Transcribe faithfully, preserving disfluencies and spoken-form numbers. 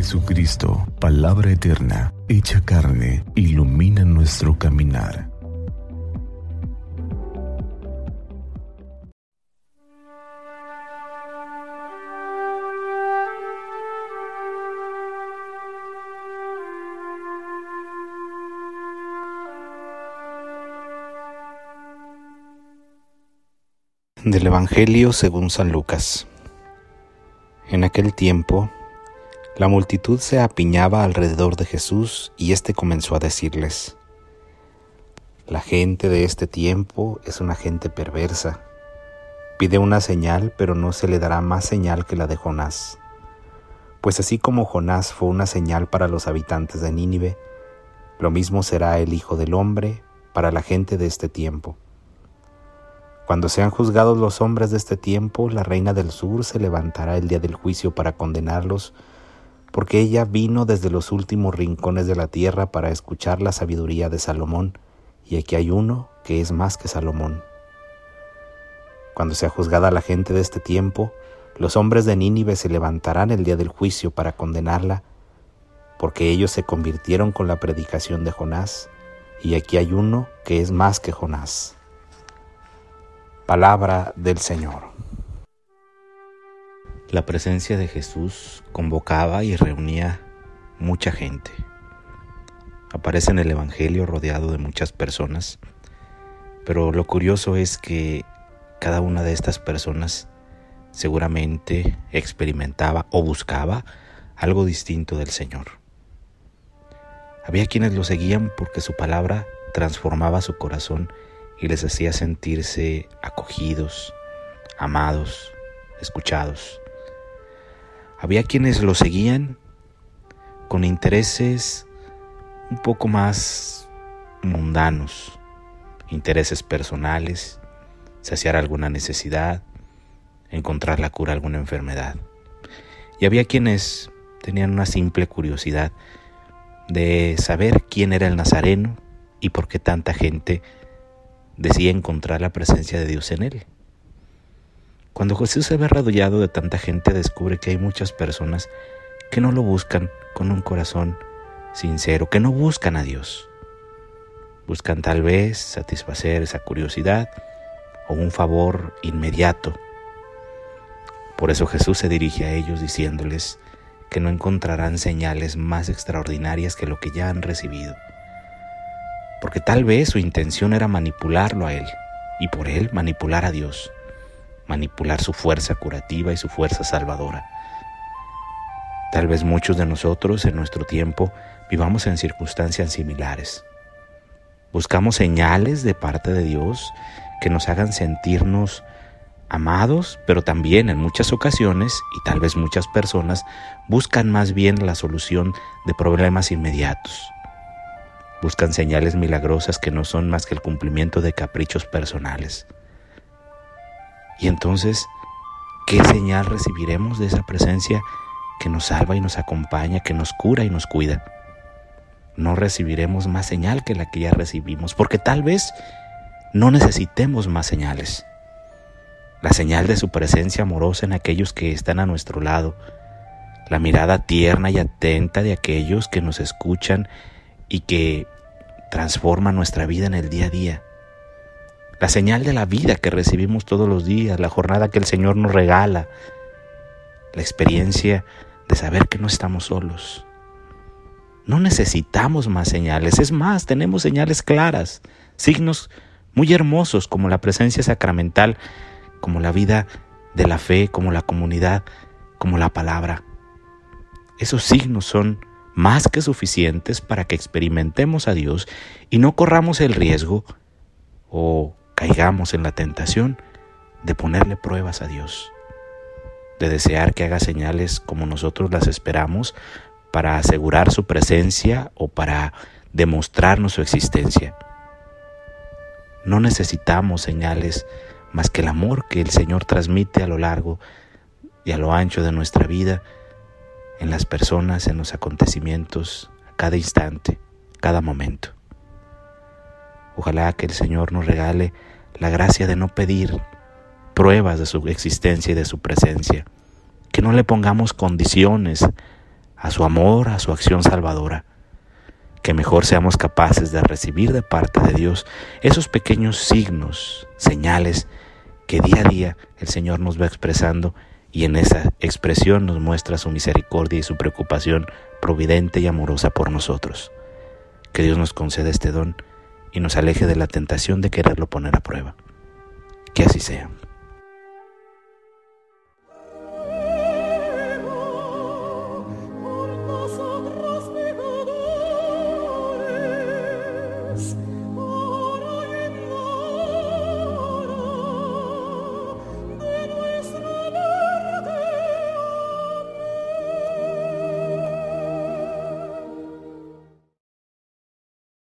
Jesucristo, palabra eterna, hecha carne, ilumina nuestro caminar. Del Evangelio según San Lucas. En aquel tiempo, la multitud se apiñaba alrededor de Jesús y éste comenzó a decirles: La gente de este tiempo es una gente perversa. Pide una señal, pero no se le dará más señal que la de Jonás. Pues así como Jonás fue una señal para los habitantes de Nínive, lo mismo será el Hijo del Hombre para la gente de este tiempo. Cuando sean juzgados los hombres de este tiempo, la reina del sur se levantará el día del juicio para condenarlos, porque ella vino desde los últimos rincones de la tierra para escuchar la sabiduría de Salomón, y aquí hay uno que es más que Salomón. Cuando sea juzgada la gente de este tiempo, los hombres de Nínive se levantarán el día del juicio para condenarla, porque ellos se convirtieron con la predicación de Jonás, y aquí hay uno que es más que Jonás. Palabra del Señor. La presencia de Jesús convocaba y reunía mucha gente. Aparece en el Evangelio rodeado de muchas personas, pero lo curioso es que cada una de estas personas seguramente experimentaba o buscaba algo distinto del Señor. Había quienes lo seguían porque su palabra transformaba su corazón y les hacía sentirse acogidos, amados, escuchados. Había quienes lo seguían con intereses un poco más mundanos, intereses personales, saciar alguna necesidad, encontrar la cura a alguna enfermedad. Y había quienes tenían una simple curiosidad de saber quién era el Nazareno y por qué tanta gente decía encontrar la presencia de Dios en él. Cuando Jesús se ve rodeado de tanta gente, descubre que hay muchas personas que no lo buscan con un corazón sincero, que no buscan a Dios. Buscan tal vez satisfacer esa curiosidad o un favor inmediato. Por eso Jesús se dirige a ellos diciéndoles que no encontrarán señales más extraordinarias que lo que ya han recibido. Porque tal vez su intención era manipularlo a él, y por él manipular a Dios, manipular su fuerza curativa y su fuerza salvadora. Tal vez muchos de nosotros en nuestro tiempo vivamos en circunstancias similares. Buscamos señales de parte de Dios que nos hagan sentirnos amados, pero también en muchas ocasiones, y tal vez muchas personas, buscan más bien la solución de problemas inmediatos. Buscan señales milagrosas que no son más que el cumplimiento de caprichos personales. Y entonces, ¿qué señal recibiremos de esa presencia que nos salva y nos acompaña, que nos cura y nos cuida? No recibiremos más señal que la que ya recibimos, porque tal vez no necesitemos más señales. La señal de su presencia amorosa en aquellos que están a nuestro lado, la mirada tierna y atenta de aquellos que nos escuchan y que transforma nuestra vida en el día a día. La señal de la vida que recibimos todos los días, la jornada que el Señor nos regala, la experiencia de saber que no estamos solos. No necesitamos más señales, es más, tenemos señales claras, signos muy hermosos como la presencia sacramental, como la vida de la fe, como la comunidad, como la palabra. Esos signos son más que suficientes para que experimentemos a Dios y no corramos el riesgo o caigamos en la tentación de ponerle pruebas a Dios, de desear que haga señales como nosotros las esperamos para asegurar su presencia o para demostrarnos su existencia. No necesitamos señales más que el amor que el Señor transmite a lo largo y a lo ancho de nuestra vida, en las personas, en los acontecimientos, a cada instante, cada momento. Ojalá que el Señor nos regale la gracia de no pedir pruebas de su existencia y de su presencia, que no le pongamos condiciones a su amor, a su acción salvadora. Que mejor seamos capaces de recibir de parte de Dios esos pequeños signos, señales que día a día el Señor nos va expresando, y en esa expresión nos muestra su misericordia y su preocupación providente y amorosa por nosotros. Que Dios nos conceda este don y nos aleje de la tentación de quererlo poner a prueba. Que así sea.